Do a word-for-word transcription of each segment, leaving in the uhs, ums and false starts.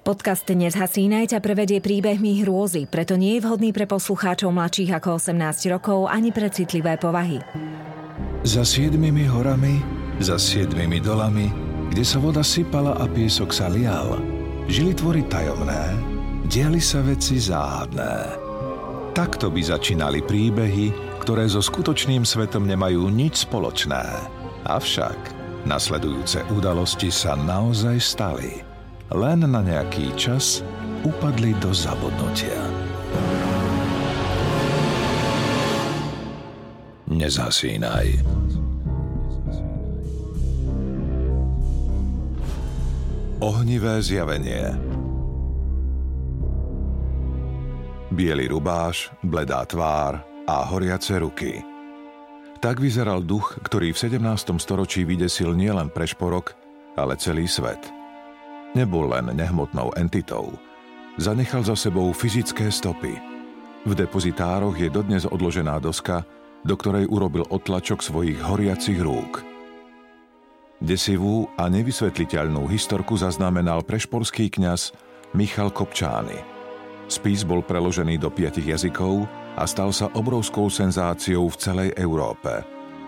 Podcast Nezhasínaj ťa prevedie príbehmi hrôzy, preto nie je vhodný pre poslucháčov mladších ako osemnásť rokov ani pre citlivé povahy. Za siedmimi horami, za siedmimi dolami, kde sa voda sypala a piesok sa lial, žili tvory tajomné, diali sa veci záhadné. Takto by začínali príbehy, ktoré so skutočným svetom nemajú nič spoločné. Avšak nasledujúce udalosti sa naozaj stali. Len na nejaký čas upadli do zabudnutia. Nezhasínaj. Ohnivé zjavenie. Biely rubáš, bledá tvár a horiace ruky. Tak vyzeral duch, ktorý v sedemnástom storočí vydesil nielen Prešporok, ale celý svet. Nebol len nehmotnou entitou. Zanechal za sebou fyzické stopy. V depozitároch je dodnes odložená doska, do ktorej urobil odtlačok svojich horiacich rúk. Desivú a nevysvetliteľnú historku zaznamenal prešporský kňaz Michal Kopčány. Spis bol preložený do piatich jazykov a stal sa obrovskou senzáciou v celej Európe.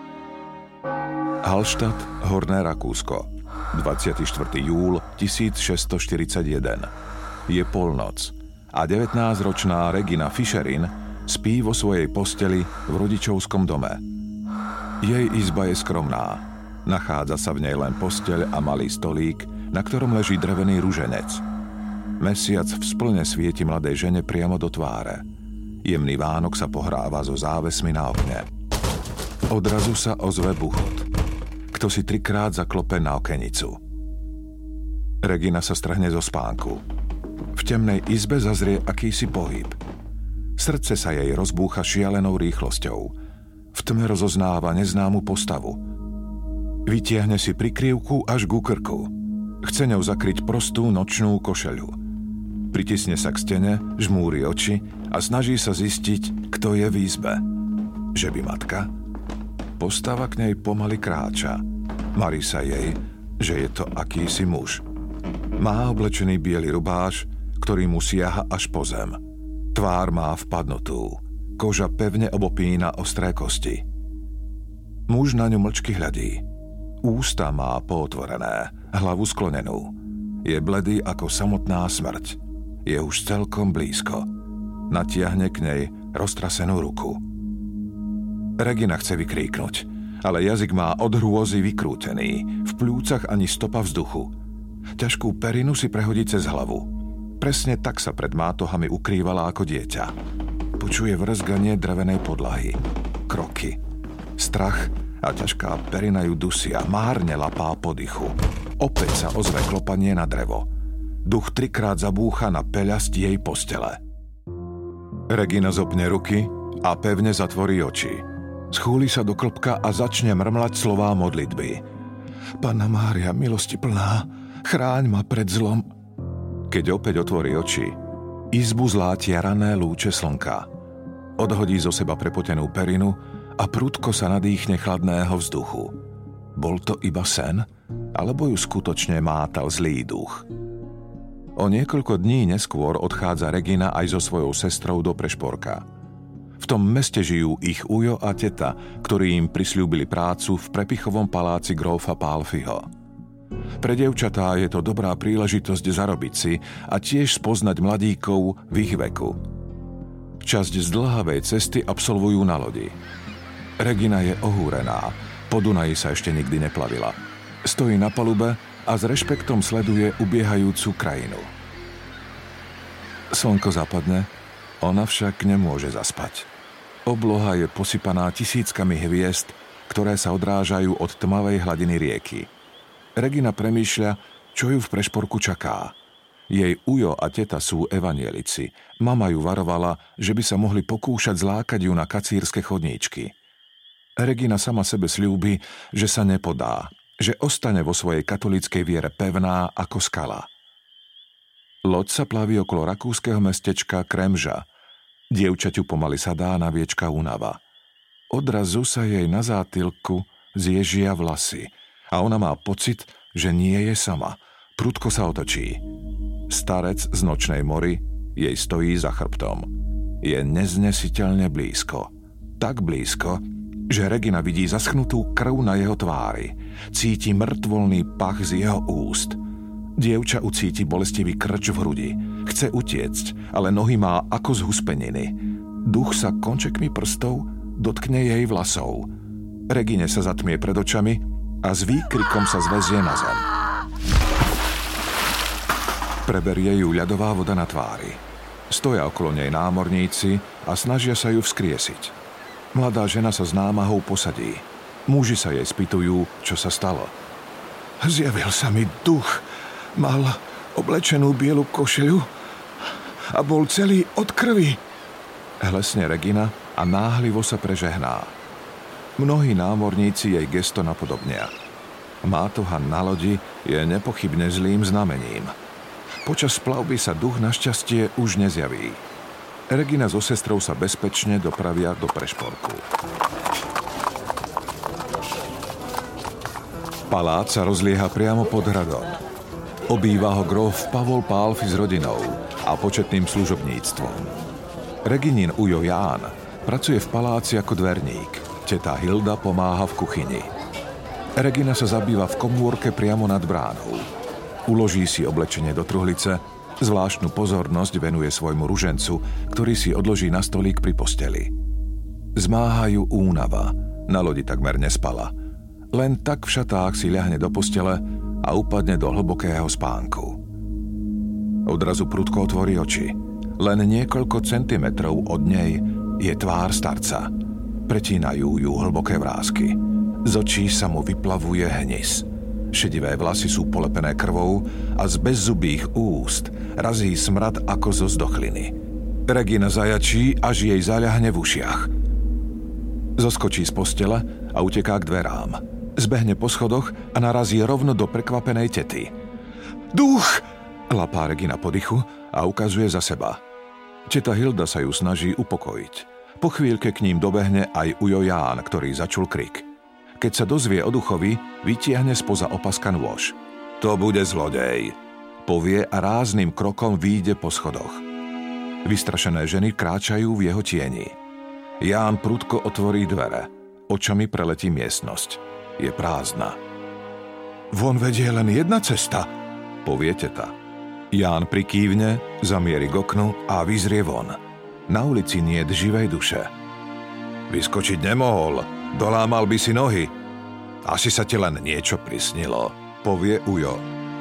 Hallstatt, Horné Rakúsko, dvadsiateho štvrtého júla tisícšesťstoštyridsaťjeden. Je polnoc a devätnásťročná Regina Fischerin spí vo svojej posteli v rodičovskom dome. Jej izba je skromná. Nachádza sa v nej len posteľ a malý stolík, na ktorom leží drevený ruženec. Mesiac vzplne svieti mladej žene priamo do tváre. Jemný vánok sa pohráva so závesmi na okne. Odrazu sa ozve buchot. Kto si trikrát zaklope na okenicu. Regina sa strhne zo spánku. V temnej izbe zazrie akýsi pohyb. Srdce sa jej rozbúcha šialenou rýchlosťou. V tme rozoznáva neznámu postavu. Vytiahne si prikryvku až ku krku. Chce ňou zakryť prostú nočnú košeľu. Pritisne sa k stene, žmúri oči a snaží sa zistiť, kto je v izbe. Že by matka? Postava k nej pomaly kráča. Marí sa jej, že je to akýsi muž. Má oblečený biely rubáš, ktorý mu siaha až po zem. Tvár má vpadnutú. Koža pevne obopína ostré kosti. Muž na ňu mlčky hľadí. Ústa má pootvorené, hlavu sklonenú. Je bledý ako samotná smrť. Je už celkom blízko. Natiahne k nej roztrasenú ruku. Regina chce vykríknuť, ale jazyk má od hrôzy vykrútený, v pľúcach ani stopa vzduchu. Ťažkú perinu si prehodí cez hlavu. Presne tak sa pred mátohami ukrývala ako dieťa. Počuje vrzganie drevenej podlahy. Kroky. Strach a ťažká perina ju dusia, márne lapá po dychu. Opäť sa ozve klopanie na drevo. Duch trikrát zabúcha na peľasť jej postele. Regina zopne ruky a pevne zatvorí oči. Schúli sa do klbka a začne mrmlať slová modlitby. Panna Mária, milosti plná, chráň ma pred zlom. Keď opäť otvorí oči, izbu zlátia rané lúče slnka. Odhodí zo seba prepotenú perinu a prudko sa nadýchne chladného vzduchu. Bol to iba sen, alebo ju skutočne mátal zlý duch? O niekoľko dní neskôr odchádza Regina aj so svojou sestrou do Prešporka. V tom meste žijú ich ujo a teta, ktorí im prisľúbili prácu v prepichovom paláci grófa Pálfiho. Pre dievčatá je to dobrá príležitosť zarobiť si a tiež spoznať mladíkov v ich veku. Časť zdĺhavej cesty absolvujú na lodi. Regina je ohúrená, po Dunaji sa ešte nikdy neplavila. Stojí na palube a s rešpektom sleduje ubiehajúcu krajinu. Slnko zapadne, ona však nemôže zaspať. Obloha je posypaná tisíckami hviezd, ktoré sa odrážajú od tmavej hladiny rieky. Regina premýšľa, čo ju v Prešporku čaká. Jej ujo a teta sú evanielici. Mama ju varovala, že by sa mohli pokúšať zlákať ju na kacírske chodníčky. Regina sama sebe sľúbi, že sa nepodá, že ostane vo svojej katolíckej viere pevná ako skala. Loď sa plaví okolo rakúskeho mestečka Kremža. Dievčaťu pomaly sadá na viečka únava. Odrazu sa jej na zátylku zježia vlasy a ona má pocit, že nie je sama. Prudko sa otočí. Starec z nočnej mory jej stojí za chrbtom. Je neznesiteľne blízko. Tak blízko, že Regina vidí zaschnutú krv na jeho tvári. Cíti mŕtvolný pach z jeho úst. Dievča ucíti bolestivý krč v hrudi. Chce utiecť, ale nohy má ako z huspeniny. Duch sa končekmi prstov dotkne jej vlasov. Regine sa zatmie pred očami a s výkrikom sa zväzie na zem. Preberie ju ľadová voda na tvári. Stoja okolo nej námorníci a snažia sa ju vzkriesiť. Mladá žena sa s námahou posadí. Muži sa jej spýtujú, čo sa stalo. Zjavil sa mi duch. Mal oblečenú bielu košeľu a bol celý od krvi. Hlesne Regina a náhlivo sa prežehná. Mnohí námorníci jej gesto napodobnia. Mátoha na lodi je nepochybne zlým znamením. Počas plavby sa duch našťastie už nezjaví. Regina so sestrou sa bezpečne dopravia do prešporku. Palác sa rozlieha priamo pod hradom. Obýva ho gróf Pavol Pálffy s rodinou a početným služobníctvom. Reginin ujo Ján pracuje v paláci ako dverník. Teta Hilda pomáha v kuchyni. Regina sa zabýva v komórke priamo nad bránou. Uloží si oblečenie do truhlice, zvláštnu pozornosť venuje svojmu ružencu, ktorý si odloží na stolík pri posteli. Zmáhajú únava, na lodi takmer nespala. Len tak v šatách si ľahne do postele a upadne do hlbokého spánku. Odrazu prudko otvorí oči. Len niekoľko centimetrov od nej je tvár starca. Pretínajú ju hlboké vrásky. Z očí sa mu vyplavuje hnis. Šedivé vlasy sú polepené krvou a z bezzubých úst razí smrad ako zo zdochliny. Regina zajačí, až jej zaľahne v ušiach. Zoskočí z postele a uteká k dverám. Zbehne po schodoch a narazí rovno do prekvapenej tety. Duch! Lapá Regina po dychu a ukazuje za seba. Teta Hilda sa ju snaží upokojiť. Po chvíľke k ním dobehne aj ujo Ján, ktorý začul krik. Keď sa dozvie o duchovi, vytiahne spoza opaska nôž. To bude zlodej, povie a rázným krokom výjde po schodoch. Vystrašené ženy kráčajú v jeho tieni. Ján prudko otvorí dvere. Očami preletí miestnosť. Je prázdna. Von vedie len jedna cesta, povie teta. Ján prikývne, zamieri k oknu a vyzrie von. Na ulici niet živej duše. Vyskočiť nemohol, dolámal by si nohy. Asi sa ti len niečo prisnilo, povie ujo.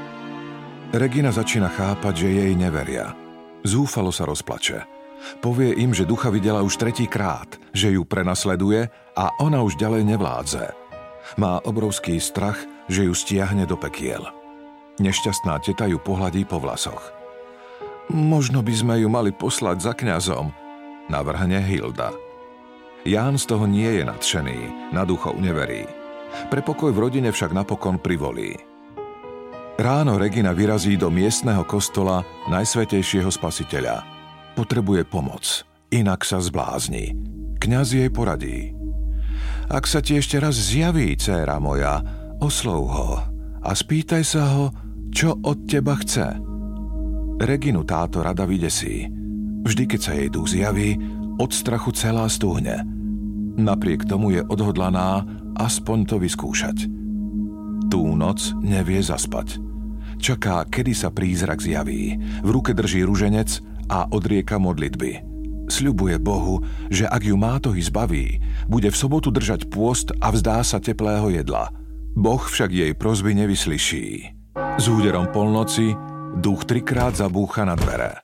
Regina začína chápať, že jej neveria. Zúfalo sa rozplače. Povie im, že ducha videla už tretíkrát, že ju prenasleduje a ona už ďalej nevládze. Má obrovský strach, že ju stiahne do pekiel. Nešťastná teta ju pohľadí po vlasoch. Možno by sme ju mali poslať za kňazom, navrhne Hilda. Ján z toho nie je nadšený, na duchov neverí. Pre pokoj v rodine však napokon privolí. Ráno Regina vyrazí do miestneho kostola Najsvätejšieho Spasiteľa. Potrebuje pomoc, inak sa zblázni. Kňaz jej poradí. Ak sa ti ešte raz zjaví, dcéra moja, oslov ho a spýtaj sa ho, čo od teba chce. Reginu táto rada vydesí. Vždy, keď sa jej duch zjaví, od strachu celá stúhne. Napriek tomu je odhodlaná aspoň to vyskúšať. Tú noc nevie zaspať. Čaká, kedy sa prízrak zjaví. V ruke drží ruženec a odrieka modlitby. Sľubuje Bohu, že ak ju mátohy zbaví, bude v sobotu držať pôst a vzdá sa teplého jedla. Boh však jej prosby nevyslyší. S úderom polnoci duch trikrát zabúcha na dvere.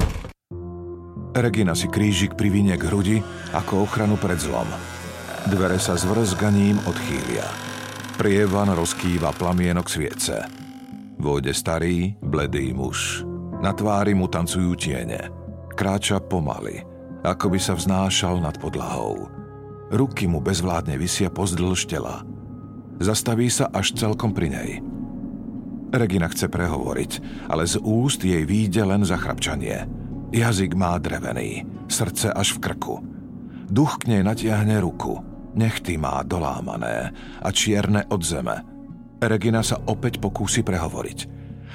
Regina si krížik privinie k hrudi ako ochranu pred zlom. Dvere sa s vrzganím odchýlia. Prievan rozkýva plamienok sviece. Vôjde starý, bledý muž. Na tvári mu tancujú tiene. Kráča pomaly, ako by sa vznášal nad podlahou. Ruky mu bezvládne visia pozdĺž tela. Zastaví sa až celkom pri nej. Regina chce prehovoriť, ale z úst jej výjde len zachrapčanie. Jazyk má drevený, srdce až v krku. Duch k nej natiahne ruku. Nechty má dolámané a čierne od zeme. Regina sa opäť pokúsi prehovoriť.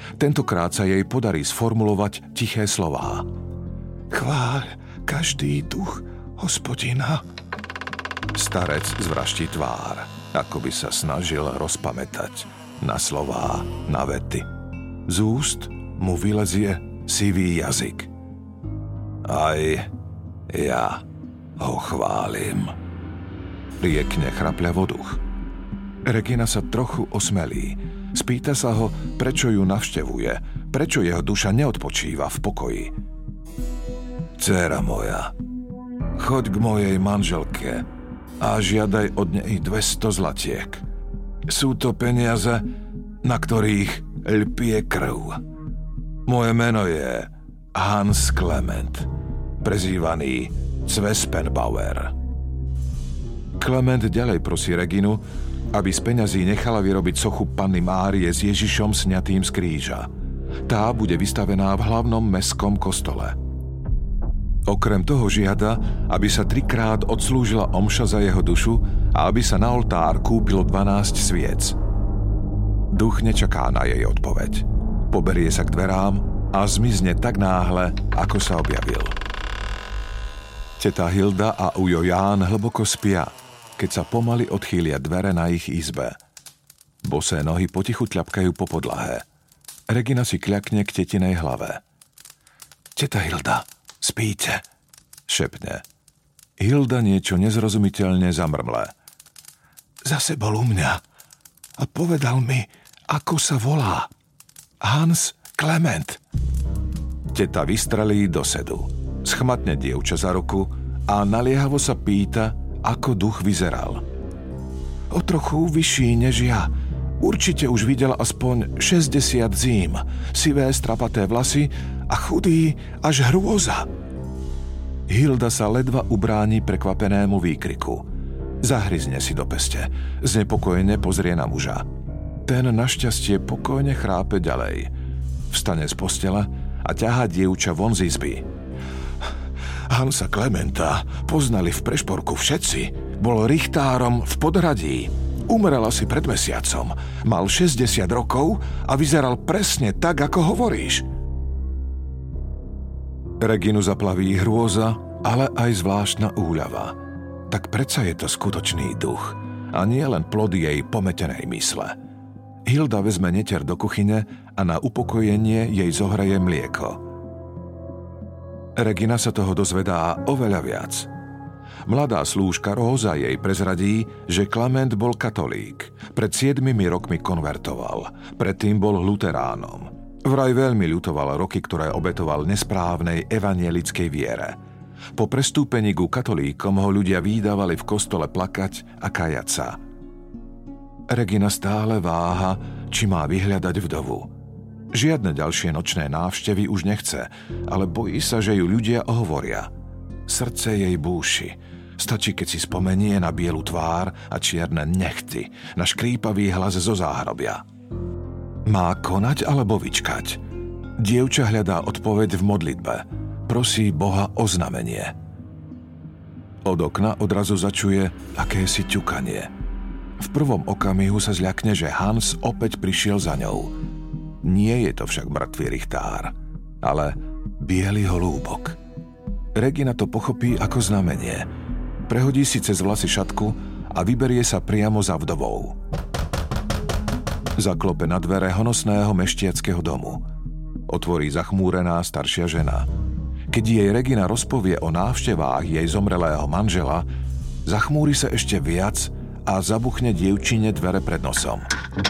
Tentokrát sa jej podarí sformulovať tiché slová. Chváľ každý duch Hospodina. Starec zvraští tvár, ako by sa snažil rozpamätať na slová, na vety. Z úst mu vylezie sivý jazyk. Aj ja ho chválim. Riekne chrapľavo duch. Regina sa trochu osmelí. Spýta sa ho, prečo ju navštevuje, prečo jeho duša neodpočíva v pokoji. Dcéra moja, choď k mojej manželke a žiadaj od nej dvesto zlatiek. Sú to peniaze, na ktorých lpie krv. Moje meno je Hans Klement, prezývaný Zwespenbauer. Klement ďalej prosí Reginu, aby z peňazí nechala vyrobiť sochu Panny Márie s Ježišom sňatým z kríža. Tá bude vystavená v hlavnom mestskom kostole. Okrem toho žiada, aby sa trikrát odslúžila omša za jeho dušu a aby sa na oltár kúpilo dvanásť sviec. Duch nečaká na jej odpoveď. Poberie sa k dverám a zmizne tak náhle, ako sa objavil. Teta Hilda a ujo Ján hlboko spia, keď sa pomaly odchýlia dvere na ich izbe. Bosé nohy potichu tľapkajú po podlahe. Regina si kľakne k tetinej hlave. Teta Hilda, spíte? Šepne. Hilda niečo nezrozumiteľne zamrmle. Zase bol u mňa a povedal mi, ako sa volá. Hans Klement. Teta vystrelí do sedu. Schmatne dievča za ruku a naliehavo sa pýta, ako duch vyzeral. O trochu vyšší než ja. Určite už videl aspoň šesťdesiat zím, sivé strapaté vlasy a chudý až hrôza. Hilda sa ledva ubráni prekvapenému výkriku. Zahryzne si do peste. Znepokojene pozrie na muža. Ten našťastie pokojne chrápe ďalej. Vstane z postele a ťahá dievča von z izby. Hansa Klementa poznali v Prešporku všetci. Bol richtárom v Podhradí. Umrel asi pred mesiacom. Mal šesťdesiat rokov a vyzeral presne tak, ako hovoríš. Reginu zaplaví hrôza, ale aj zvláštna úľava. Tak predsa je to skutočný duch a nie len plod jej pometenej mysle. Hilda vezme netier do kuchyne a na upokojenie jej zohreje mlieko. Regina sa toho dozvedá oveľa viac. Mladá slúžka Róza jej prezradí, že Klement bol katolík. Pred siedmimi rokmi konvertoval. Predtým bol luteránom. Vraj veľmi ľutoval roky, ktoré obetoval nesprávnej evanielickej viere. Po prestúpení ku katolíkom ho ľudia vídavali v kostole plakať a kajať sa. Regina stále váha, či má vyhľadať vdovu. Žiadne ďalšie nočné návštevy už nechce, ale bojí sa, že ju ľudia ohovoria. Srdce jej búši. Stačí, keď si spomenie na bielu tvár a čierne nechty, na škrípavý hlas zo záhrobia. Má konať alebo vyčkať? Dievča hľadá odpoveď v modlitbe. Prosí Boha o znamenie. Od okna odrazu začuje akési ťukanie. V prvom okamihu sa zľakne, že Hans opäť prišiel za ňou. Nie je to však mŕtvý richtár, ale biely holúbok. Regina to pochopí ako znamenie. Prehodí si cez vlasy šatku a vyberie sa priamo za vdovou. Zaklope na dvere honosného mešťackého domu. Otvorí zachmúrená staršia žena. Keď jej Regina rozpovie o návštevách jej zomrelého manžela, zachmúri sa ešte viac a zabuchne dievčine dvere pred nosom.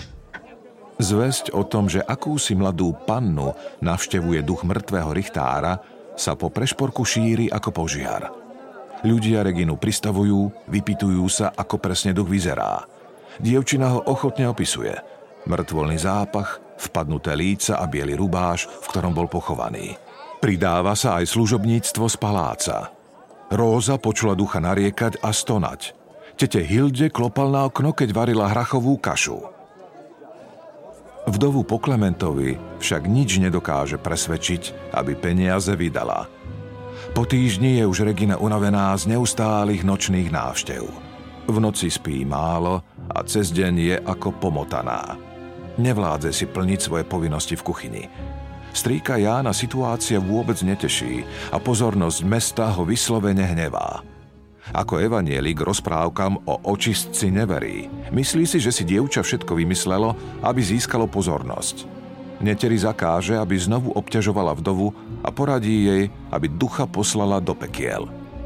Zvesť o tom, že akúsi mladú pannu navštevuje duch mŕtvého richtára, sa po Prešporku šíri ako požiar. Ľudia Reginu pristavujú, vypytujú sa, ako presne duch vyzerá. Dievčina ho ochotne opisuje. Mŕtvolný zápach, vpadnuté líca a biely rubáš, v ktorom bol pochovaný. Pridáva sa aj služobníctvo z paláca. Róza počula ducha nariekať a stonať. Tete Hilde klopal na okno, keď varila hrachovú kašu. Vdovu po Klementovi však nič nedokáže presvedčiť, aby peniaze vydala. Po týždni je už Regina unavená z neustálych nočných návštev. V noci spí málo a cez deň je ako pomotaná. Nevládze si plniť svoje povinnosti v kuchyni. Strýka Jána situácia vôbec neteší a pozornosť mesta ho vyslovene hnevá. Ako evanjelik rozprávkam o očistci neverí. Myslí si, že si dievča všetko vymyslelo, aby získalo pozornosť. Neteri zakáže, aby znovu obťažovala vdovu a poradí jej, aby ducha poslala do pekiel.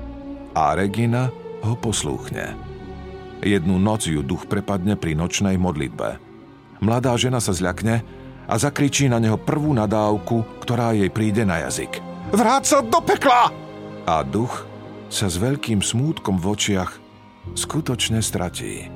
A Regina ho poslúchne. Jednu noc ju duch prepadne pri nočnej modlitbe. Mladá žena sa zľakne a zakričí na neho prvú nadávku, ktorá jej príde na jazyk. Vráť sa do pekla! A duch sa s veľkým smútkom v očiach skutočne stratí.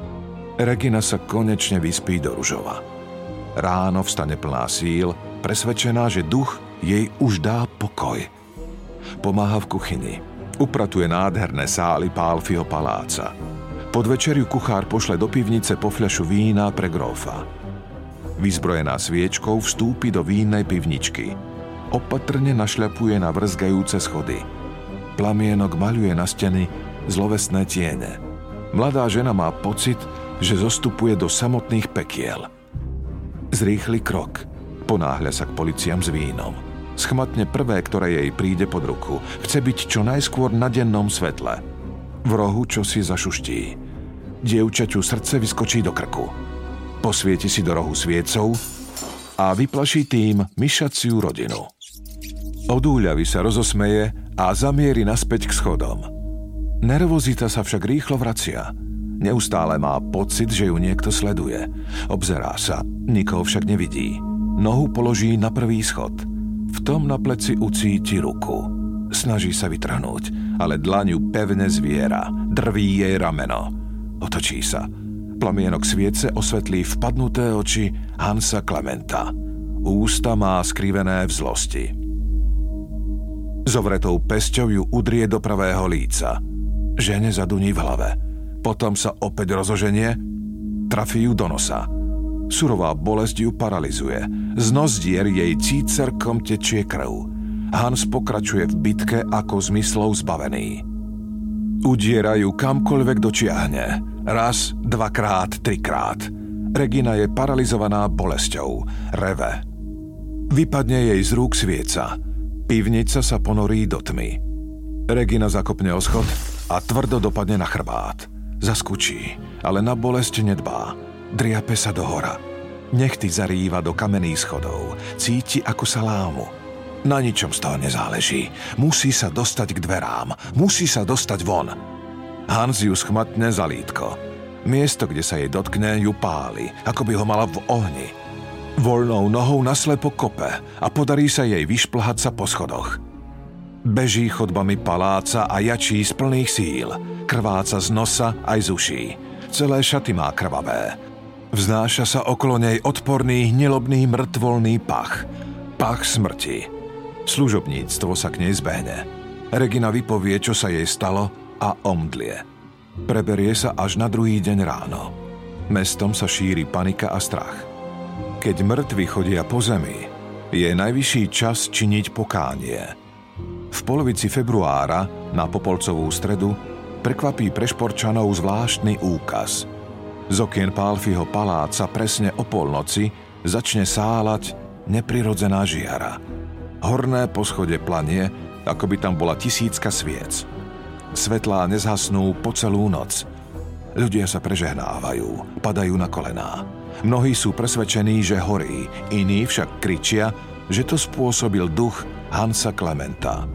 Regina sa konečne vyspí do ružova. Ráno vstane plná síl, presvedčená, že duch jej už dá pokoj. Pomáha v kuchyni. Upratuje nádherné sály Pálfiho paláca. Pod večeriu kuchár pošle do pivnice po fľašu vína pre grófa. Vyzbrojená sviečkou vstúpi do vínnej pivničky. Opatrne našľapuje na vrzgajúce schody. Plamienok maľuje na steny zlovesné tiene. Mladá žena má pocit, že zostupuje do samotných pekiel. Zrýchli krok. Ponáhľa sa k policiám s vínom. Schmatne prvé, ktoré jej príde pod ruku. Chce byť čo najskôr na dennom svetle. V rohu čosi zašuští. Dievčaťu srdce vyskočí do krku. Posvieti si do rohu sviecou a vyplaší tým myšaciu rodinu. Od úľavy sa rozosmeje a zamieri naspäť k schodom. Nervozita sa však rýchlo vracia. Neustále má pocit, že ju niekto sleduje. Obzerá sa, nikoho však nevidí. Nohu položí na prvý schod. V tom na pleci ucíti ruku. Snaží sa vytrhnúť, ale dlaň ju pevne zviera. Drví jej rameno. Otočí sa. Plamienok sviece osvetlí vpadnuté oči Hansa Klementa. Ústa má skrivené v zlosti. Zovretou pesťou ju udrie do pravého líca. Žene zaduní v hlave. Potom sa opäť rozoženie, trafí ju do nosa. Surová bolesť ju paralizuje. Z nozdier jej cícerkom tečie krv. Hans pokračuje v bitke ako zmyslov zbavený. Udierajú kamkoľvek dočiahne. Raz, dvakrát, trikrát. Regina je paralizovaná bolesťou. Reve. Vypadne jej z rúk svieca. Pivnica sa ponorí do tmy. Regina zakopne o schod a tvrdo dopadne na chrbát. Zaskučí, ale na bolesť nedbá. Driape sa dohora. Nechty zarýva do kamenných schodov. Cíti, ako sa lámu. Na ničom z toho nezáleží. Musí sa dostať k dverám. Musí sa dostať von. Hans ju schmatne za lítko. Miesto, kde sa jej dotkne, ju páli, ako by ho mala v ohni. Voľnou nohou naslepo kope a podarí sa jej vyšplhať sa po schodoch. Beží chodbami paláca a jačí z plných síl. Krváca z nosa aj z uší. Celé šaty má krvavé. Vznáša sa okolo nej odporný, hnilobný, mŕtvolný pach. Pach smrti. Služobníctvo sa k nej zbehne. Regina vypovie, čo sa jej stalo a omdlie. Preberie sa až na druhý deň ráno. Mestom sa šíri panika a strach. Keď mŕtvi chodia po zemi, je najvyšší čas činiť pokánie. V polovici februára, na Popolcovú stredu, prekvapí Prešporčanov zvláštny úkaz. Z okien Pálfiho paláca presne o polnoci začne sálať neprirodzená žiara. Horné poschodie planie, ako by tam bola tisícka sviec. Svetlá nezhasnú po celú noc. Ľudia sa prežehnávajú, padajú na kolená. Mnohí sú presvedčení, že horí, iní však kričia, že to spôsobil duch Hansa Klementa.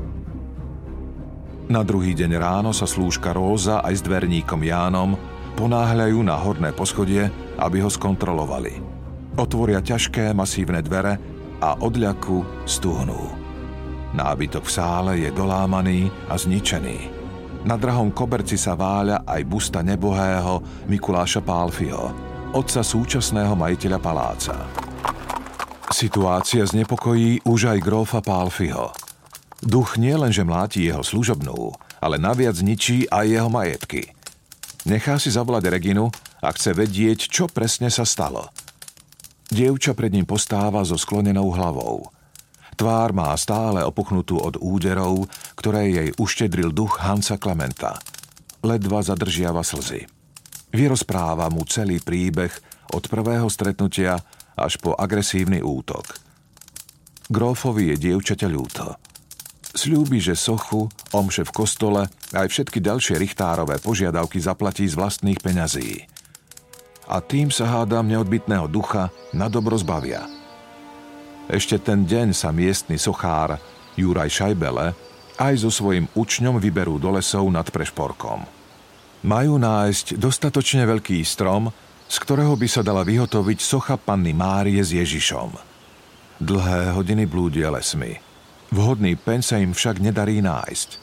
Na druhý deň ráno sa slúžka Róza aj s dverníkom Jánom ponáhľajú na horné poschodie, aby ho skontrolovali. Otvoria ťažké, masívne dvere a od ľaku stuhnú. Nábytok v sále je dolámaný a zničený. Na drahom koberci sa váľa aj busta nebohého Mikuláša Pálfiho, otca súčasného majiteľa paláca. Situácia znepokojí už aj grófa Pálfiho. Duch nielenže mláti jeho služobnú, ale naviac ničí aj jeho majetky. Nechá si zavolať Reginu a chce vedieť, čo presne sa stalo. Dievča pred ním postáva so sklonenou hlavou. Tvár má stále opuchnutú od úderov, ktoré jej uštedril duch Hansa Klementa. Ledva zadržiava slzy. Vyrozpráva mu celý príbeh od prvého stretnutia až po agresívny útok. Grófovi je dievčaťa ľúto. Sľúbi, že sochu, omše v kostole a aj všetky ďalšie richtárové požiadavky zaplatí z vlastných peňazí. A tým sa hádam neodbytného ducha na dobro zbavia. Ešte ten deň sa miestny sochár Juraj Šajbele aj so svojím učňom vyberú do lesov nad Prešporkom. Majú nájsť dostatočne veľký strom, z ktorého by sa dala vyhotoviť socha Panny Márie s Ježišom. Dlhé hodiny blúdia lesmi. Vhodný peň sa im však nedarí nájsť.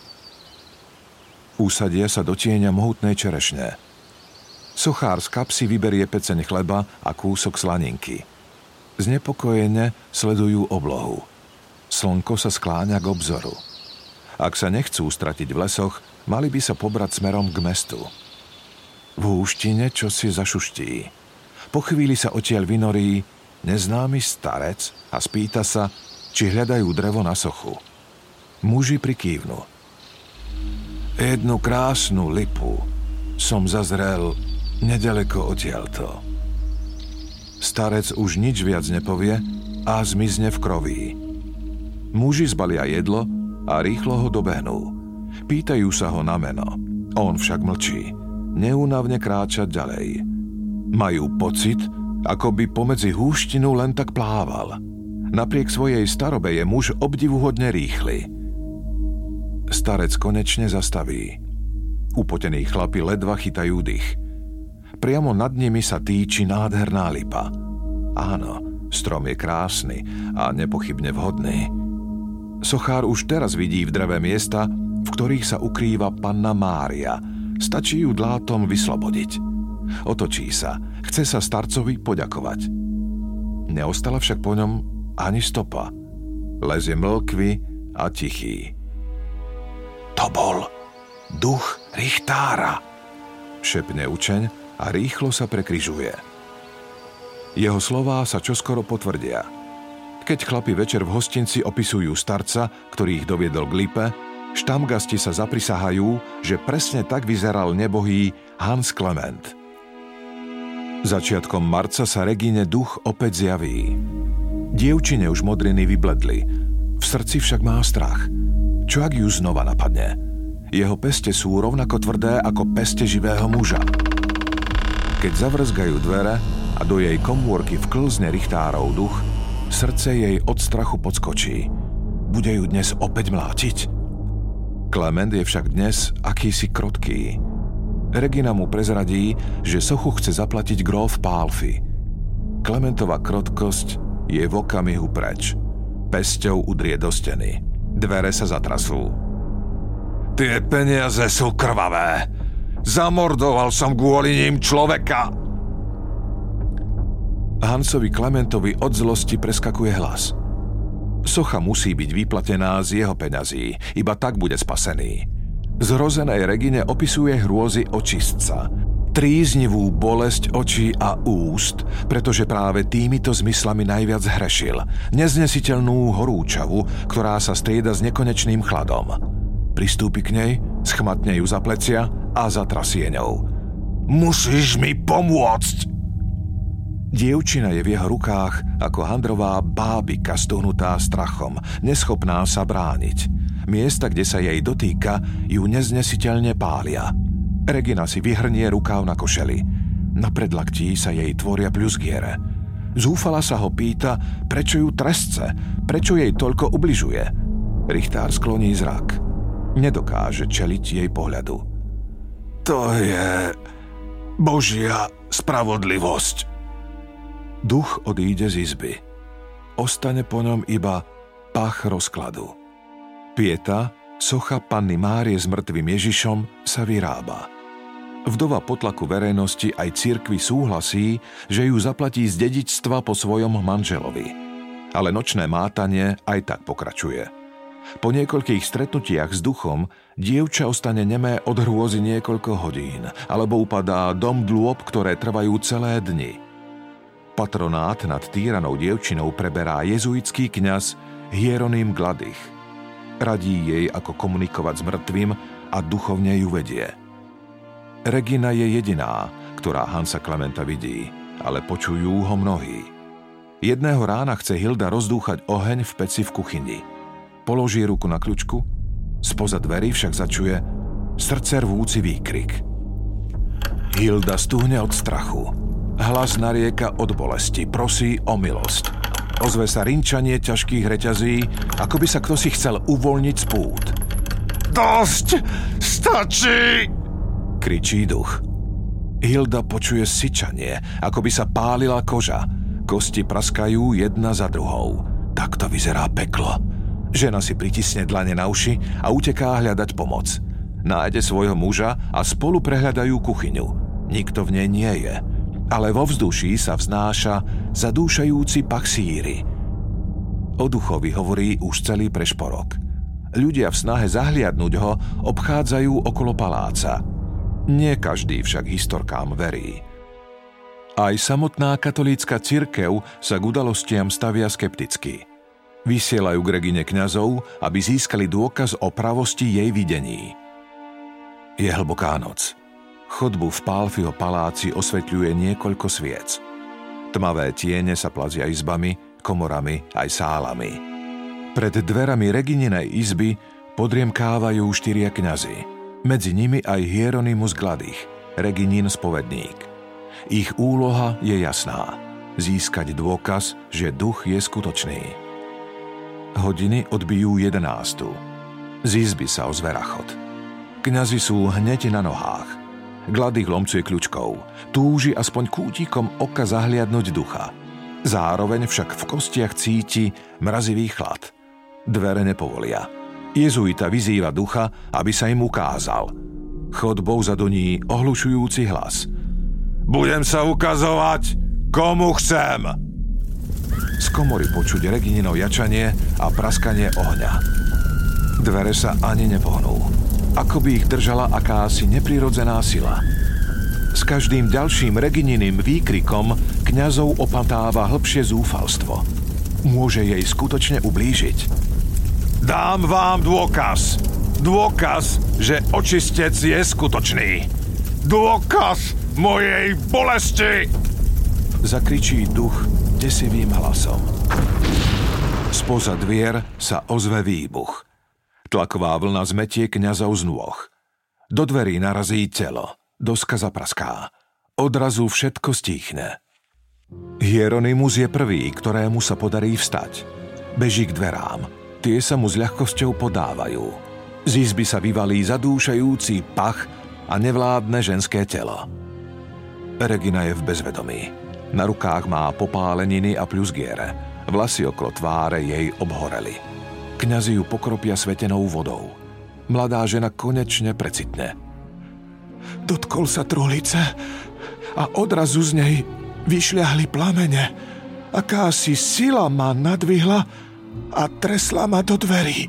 Usadia sa do tieňa mohutnej čerešne. Sochár z kapsy vyberie peceň chleba a kúsok slaninky. Znepokojene sledujú oblohu. Slnko sa skláňa k obzoru. Ak sa nechcú stratiť v lesoch, mali by sa pobrať smerom k mestu. V húštine čosi zašuští. Po chvíli sa odtiaľ vynorí neznámy starec a spýta sa, či hľadajú drevo na sochu. Muži prikývnu. Jednu krásnu lipu som zazrel nedaleko odtiaľto. Starec už nič viac nepovie a zmizne v kroví. Muži zbalia jedlo a rýchlo ho dobehnú. Pýtajú sa ho na meno. On však mlčí. Neúnavne kráča ďalej. Majú pocit, ako by pomedzi húštinu len tak plával. Napriek svojej starobe je muž obdivuhodne rýchly. Starec konečne zastaví. Upotení chlapi ledva chytajú dých. Priamo nad nimi sa týči nádherná lipa. Áno, strom je krásny a nepochybne vhodný. Sochár už teraz vidí v dreve miesta, v ktorých sa ukrýva Panna Mária. Stačí ju dlátom vyslobodiť. Otočí sa, chce sa starcovi poďakovať. Neostala však po ňom ani stopa. Les je mlkvý a tichý. To bol duch richtára, šepne učeň a rýchlo sa prekrižuje. Jeho slová sa čoskoro potvrdia. Keď chlapi večer v hostinci opisujú starca, ktorý ich doviedol k lipe, štamgasti sa zaprisahajú, že presne tak vyzeral nebohý Hans Klement. Začiatkom marca sa Regine duch opäť zjaví. Dievčine už modriny vybledli. V srdci však má strach. Čo ak ju znova napadne? Jeho peste sú rovnako tvrdé ako peste živého muža. Keď zavrzgajú dvere a do jej komórky vklzne richtárov duch, srdce jej od strachu podskočí. Bude ju dnes opäť mlátiť? Klement je však dnes akýsi krotký. Regina mu prezradí, že sochu chce zaplatiť gróf Pálfy. Klementova krotkosť je v okamihu preč. Pesťou udrie do steny. Dvere sa zatrasú. Tie peniaze sú krvavé. Zamordoval som kvôli ním človeka. Hansovi Klementovi od zlosti preskakuje hlas. Socha musí byť vyplatená z jeho peňazí. Iba tak bude spasený. Zhrozenej Regine opisuje hrôzy očistca. Tríznivú bolesť očí a úst, pretože práve týmito zmyslami najviac hrešil. Neznesiteľnú horúčavu, ktorá sa strieda s nekonečným chladom. Pristúpi k nej, schmatne ju za plecia a zatrasie ňou. Musíš mi pomôcť! Dievčina je v jeho rukách ako handrová bábika stuhnutá strachom, neschopná sa brániť. Miesta, kde sa jej dotýka, ju neznesiteľne pália. Regina si vyhrnie rukáv na košeli. Na predlaktí sa jej tvoria pľuzgiere. Zúfala sa ho pýta, prečo ju trestce, prečo jej toľko ubližuje. Richtár skloní zrak. Nedokáže čeliť jej pohľadu. To je Božia spravodlivosť. Duch odíde z izby. Ostane po ňom iba pach rozkladu. Pieta, socha Panny Márie s mŕtvým Ježišom, sa vyrába. Vdova po tlaku verejnosti aj cirkvi súhlasí, že ju zaplatí z dedičstva po svojom manželovi. Ale nočné mátanie aj tak pokračuje. Po niekoľkých stretnutiach s duchom dievča ostane nemé od hrôzy niekoľko hodín, alebo upadá dom dlôb, ktoré trvajú celé dni. Patronát nad týranou dievčinou preberá jezuitský kňaz Hieronym Gladych. Radí jej, ako komunikovať s mŕtvým a duchovne ju vedie. Regina je jediná, ktorá Hansa Klementa vidí ale počujú ho mnohí. Jedného rána chce Hilda rozdúchať oheň v peci v kuchyni. Položí ruku na kľučku, spoza dverí však začuje srdcervúci výkrik. Hilda stúhne od strachu. Hlas narieka od bolesti, prosí o milosť. Ozve sa rinčanie ťažkých reťazí, ako by sa kto si chcel uvoľniť z pút. Dosť! Stačí! Kričí duch. Hilda počuje syčanie, ako by sa pálila koža. Kosti praskajú jedna za druhou. Takto vyzerá peklo. Žena si pritisne dlane na uši a uteká hľadať pomoc. Nájde svojho muža a spolu prehľadajú kuchyňu. Nikto v nej nie je. Ale vo vzduší sa vznáša zadúšajúci pach síry. O duchovi hovorí už celý prešporok. Ľudia v snahe zahliadnúť ho obchádzajú okolo paláca. Nie každý však historkám verí. Aj samotná katolícka cirkev sa k udalostiam stavia skepticky. Vysielajú k Regine kňazov, aby získali dôkaz o pravosti jej videní. Je hlboká noc. Chodbu v Pálfiho paláci osvetľuje niekoľko sviec. Tmavé tiene sa plazia izbami, komorami aj sálami. Pred dverami Regininej izby podriemkávajú štyria kňazi. Medzi nimi aj Hieronymus Gladych, Reginin spovedník. Ich úloha je jasná. Získať dôkaz, že duch je skutočný. Hodiny odbijú jedenástu. Z izby sa ozve rachot. Kňazi sú hneď na nohách. Gladych lomcuje kľučkou. Túži aspoň kútikom oka zahliadnúť ducha. Zároveň však v kostiach cíti mrazivý chlad. Dvere nepovolia. Jezuita vyzýva ducha, aby sa im ukázal. Chodbou zadoní ohlušujúci hlas. Budem sa ukazovať, komu chcem! Z komory počuť Reginino jačanie a praskanie ohňa. Dvere sa ani nepohnú. Ako by ich držala akási neprirodzená sila. S každým ďalším Regininým výkrikom kňazov opatáva hlbšie zúfalstvo. Môže jej skutočne ublížiť. Dám vám dôkaz. Dôkaz, že očistec je skutočný. Dôkaz mojej bolesti! Zakričí duch desivým hlasom. Spoza dvier sa ozve výbuch. Tlaková vlna zmetie kňazov z nôh. Do dverí narazí telo. Doska zapraská. Odrazu všetko stíchne. Hieronymus je prvý, ktorému sa podarí vstať. Beží k dverám. Tie sa mu s ľahkosťou podávajú. Z izby sa vyvalí zadúšajúci pach a nevládne ženské telo. Regina je v bezvedomí. Na rukách má popáleniny a pľuzgiere. Vlasy okolo tváre jej obhoreli. Kňazi ju pokropia svetenou vodou. Mladá žena konečne precitne. Dotkol sa truhlice a odrazu z nej vyšľahli plamene. Akási sila ma nadvihla a tresla ma do dverí.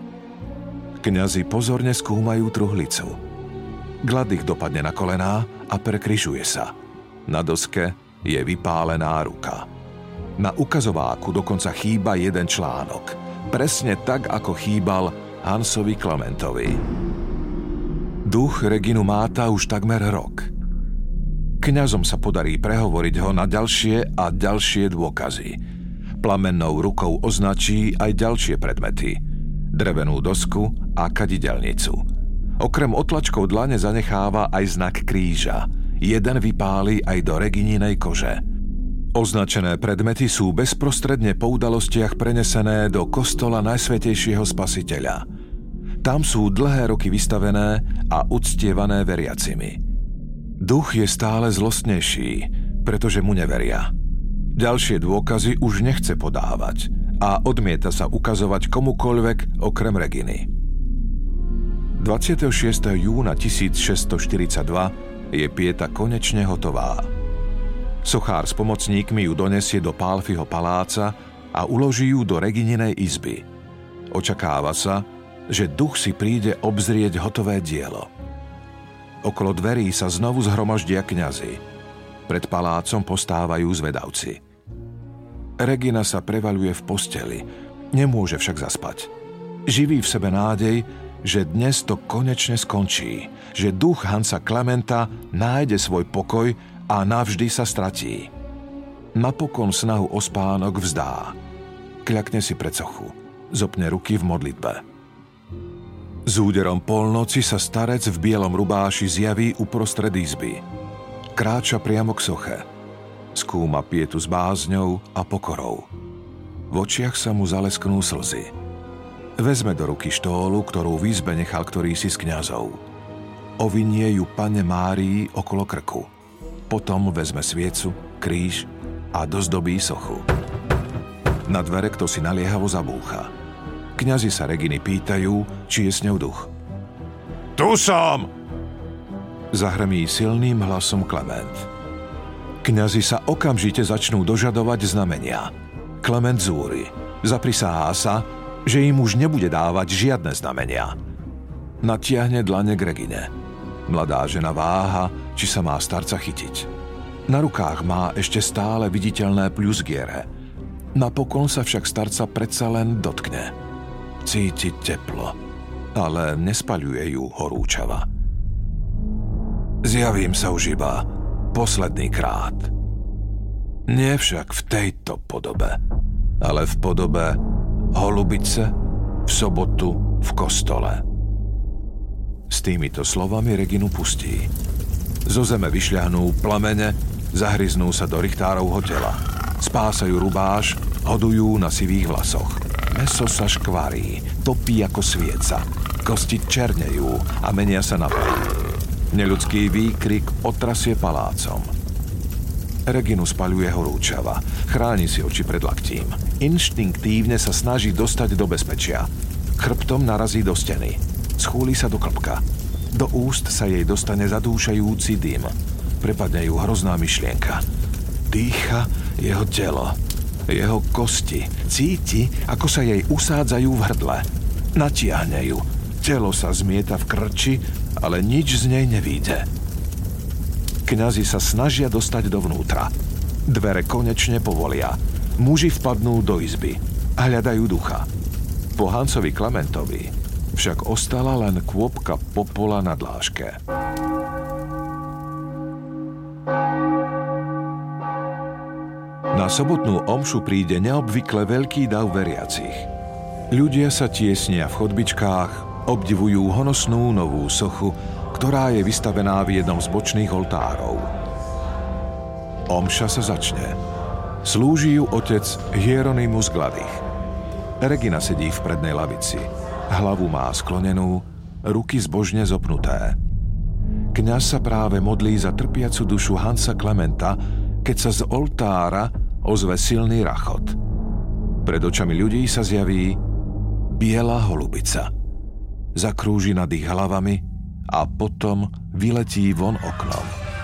Kňazi pozorne skúmajú truhlicu. Gladych dopadne na kolená a prekryžuje sa. Na doske je vypálená ruka. Na ukazováku dokonca chýba jeden článok. Presne tak, ako chýbal Hansovi Klementovi. Duch Reginu máta už takmer rok. Kňazom sa podarí prehovoriť ho na ďalšie a ďalšie dôkazy. Plamennou rukou označí aj ďalšie predmety. Drevenú dosku a kadidelnicu. Okrem otlačkov dlane zanecháva aj znak kríža. Jeden vypáli aj do Regininej kože. Označené predmety sú bezprostredne po udalostiach prenesené do kostola Najsvätejšieho Spasiteľa. Tam sú dlhé roky vystavené a uctievané veriacimi. Duch je stále zlostnejší, pretože mu neveria. Ďalšie dôkazy už nechce podávať a odmieta sa ukazovať komukoľvek okrem Reginy. dvadsiateho šiesteho júna tisícšesťstoštyridsaťdva je Pieta konečne hotová. Sochár s pomocníkmi ju donesie do Pálfiho paláca a uloží ju do Regininej izby. Očakáva sa, že duch si príde obzrieť hotové dielo. Okolo dverí sa znovu zhromaždia kňazi. Pred palácom postávajú zvedavci. Regina sa prevaľuje v posteli, nemôže však zaspať. Živí v sebe nádej, že dnes to konečne skončí, že duch Hansa Klementa nájde svoj pokoj a navždy sa stratí. napokon snahu o spánok vzdá. Kľakne si pred sochu, zopne ruky v modlitbe. S úderom polnoci sa starec v bielom rubáši zjaví uprostred izby. Kráča priamo k soche. Skúma pietu s bázňou a pokorou. V očiach sa mu zalesknú slzy. Vezme do ruky štólu, ktorú v izbe nechal ktorýsi z kňazov. Ovinie ju Panne Márii okolo krku. Potom vezme sviecu, kríž a dozdobí sochu. Na dvere kto si naliehavo zabúcha. Kňazi sa Reginy pýtajú, či je s ňou duch. Tu som! Zahrmí silným hlasom Klement. Kňazi sa okamžite začnú dožadovať znamenia. Klement zúri. Zaprisahá sa, že im už nebude dávať žiadne znamenia. Natiahne dlane k Regine. Mladá žena váha, či sa má starca chytiť. Na rukách má ešte stále viditeľné pľuzgiere. Napokon sa však starca predsa len dotkne. Cíti teplo, ale nespaľuje ju horúčava. Zjavím sa už iba posledný krát. Nie však v tejto podobe, ale v podobe holubice v sobotu v kostole. S týmito slovami Reginu pustí. Zo zeme vyšľahnú plamene, zahryznú sa do Richtárovho tela. Spásajú rubáš, hodujú na sivých vlasoch. Mäso sa škvarí, topí ako svieca. Kosti černejú a menia sa na prach. Neľudský výkrik otrasie palácom. Reginu spaľuje horúčava. Chráni si oči pred laktím. Inštinktívne sa snaží dostať do bezpečia. Chrbtom narazí do steny. Schúli sa do klbka. Do úst sa jej dostane zadúšajúci dym. Prepadne ju hrozná myšlienka. Dýcha jeho telo. Jeho kosti. Cíti, ako sa jej usádzajú v hrdle. Natiahne ju. Telo sa zmieta v krči, ale nič z nej nevíde. Kňazi sa snažia dostať dovnútra. Dvere konečne povolia. Muži vpadnú do izby. Hľadajú ducha. Po Hansovi Klementovi však ostala len kôpka popola na dláške. Na sobotnú omšu príde neobvykle veľký dav veriacich. Ľudia sa tiesnia v chodbičkách, obdivujú honosnú novú sochu, ktorá je vystavená v jednom z bočných oltárov. Omša sa začne. Slúži ju otec Hieronymus Gladych. Regina sedí v prednej lavici. Hlavu má sklonenú, ruky zbožne zopnuté. Kňaz sa práve modlí za trpiacu dušu Hansa Klementa, keď sa z oltára ozve silný rachot. Pred očami ľudí sa zjaví biela holubica. Zakrúži nad ich hlavami a potom vyletí von oknom.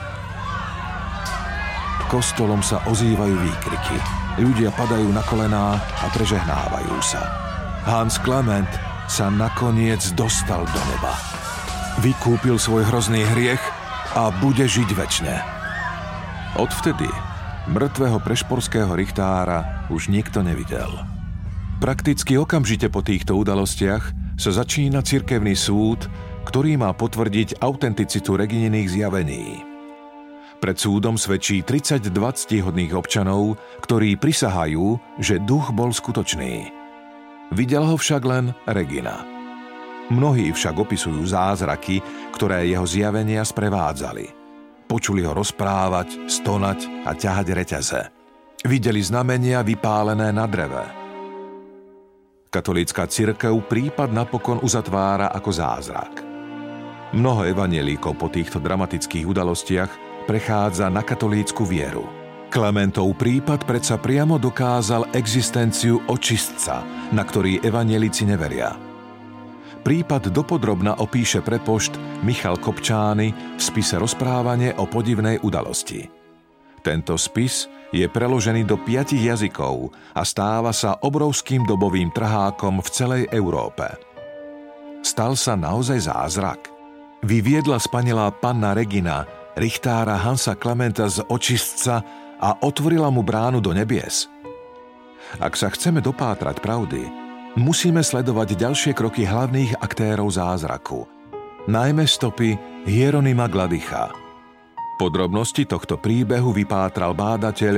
Kostolom sa ozývajú výkriky. Ľudia padajú na kolená a prežehnávajú sa. Hans Klement sa nakoniec dostal do neba. Vykúpil svoj hrozný hriech a bude žiť večne. Odvtedy mŕtvého prešporského Richtára už nikto nevidel. Prakticky okamžite po týchto udalostiach sa začína cirkevný súd, ktorý má potvrdiť autenticitu Regininých zjavení. Pred súdom svedčí tridsaťdva ctihodných občanov, ktorí prisahajú, že duch bol skutočný. Videl ho však len Regina. Mnohí však opisujú zázraky, ktoré jeho zjavenia sprevádzali. Počuli ho rozprávať, stonať a ťahať reťaze. Videli znamenia vypálené na dreve. Katolícka cirkev prípad napokon uzatvára ako zázrak. Mnoho evanjelíkov po týchto dramatických udalostiach prechádza na katolícku vieru. Klementov prípad predsa priamo dokázal existenciu očistca, na ktorý evanjelíci neveria. Prípad dopodrobna opíše prepošt Michal Kopčány v spise Rozprávanie o podivnej udalosti. Tento spis je preložený do piatich jazykov a stáva sa obrovským dobovým trhákom v celej Európe. Stal sa naozaj zázrak. Vyviedla spanilá panna Regina Richtára Hansa Klementa z očistca a otvorila mu bránu do nebies. Ak sa chceme dopátrať pravdy, musíme sledovať ďalšie kroky hlavných aktérov zázraku, najmä stopy Hieronyma Gladycha. Podrobnosti tohto príbehu vypátral bádateľ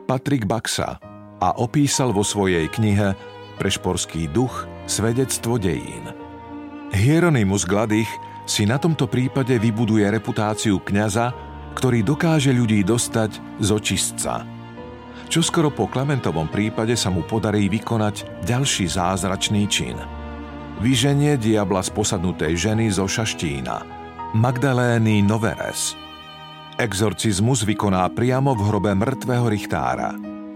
Patrik Baxa a opísal vo svojej knihe Prešporský duch, svedectvo dejín. Hieronymus Gladych si na tomto prípade vybuduje reputáciu kňaza, ktorý dokáže ľudí dostať z očistca. Čoskoro po Klementovom prípade sa mu podarí vykonať ďalší zázračný čin. Vyženie diabla z posadnutej ženy zo Šaštína, Magdalény Noveres. Exorcizmus vykoná priamo v hrobe mŕtvého Richtára.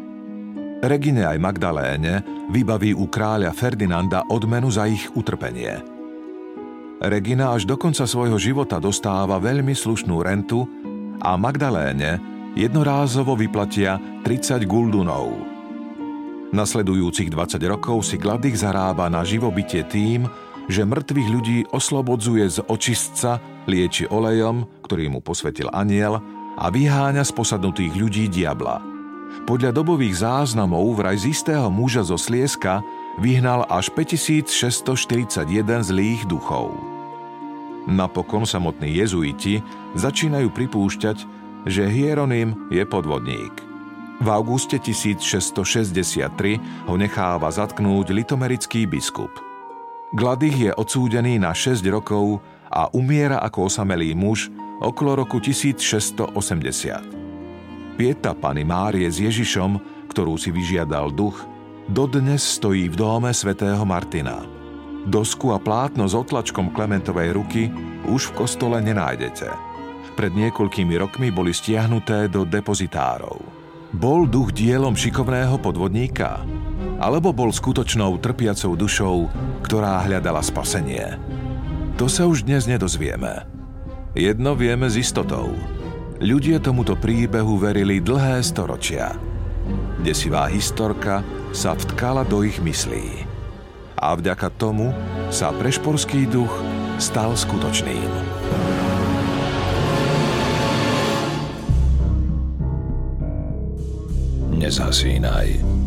Regine aj Magdaléne vybaví u kráľa Ferdinanda odmenu za ich utrpenie. Regina až do konca svojho života dostáva veľmi slušnú rentu a Magdaléne jednorázovo vyplatia tridsať guldunov. Nasledujúcich dvadsať rokov si Gladych zarába na živobytie tým, že mŕtvych ľudí oslobodzuje z očistca, lieči olejom, ktorý mu posvetil anjel, a vyháňa z posadnutých ľudí diabla. Podľa dobových záznamov vraj z istého muža zo Slieska vyhnal až päťtisícšesťstoštyridsaťjeden zlých duchov. Napokon samotní jezuiti začínajú pripúšťať, že Hieronym je podvodník. V auguste tisícšesťstošesťdesiattri ho necháva zatknúť litomerický biskup. Gladych je odsúdený na šesť rokov a umiera ako osamelý muž okolo roku tisícšesťstoosemdesiat. Pieta Panny Márie s Ježišom, ktorú si vyžiadal duch, dodnes stojí v dóme svätého Martina. Dosku a plátno s otlačkom Klementovej ruky už v kostole nenájdete. Pred niekoľkými rokmi boli stiahnuté do depozitárov. Bol duch dielom šikovného podvodníka? Alebo bol skutočnou trpiacou dušou, ktorá hľadala spasenie? To sa už dnes nedozvieme. Jedno vieme s istotou. Ľudia tomuto príbehu verili dlhé storočia. Desivá historka sa vtkala do ich myslí. A vďaka tomu sa prešporský duch stal skutočným. Nezhasínaj.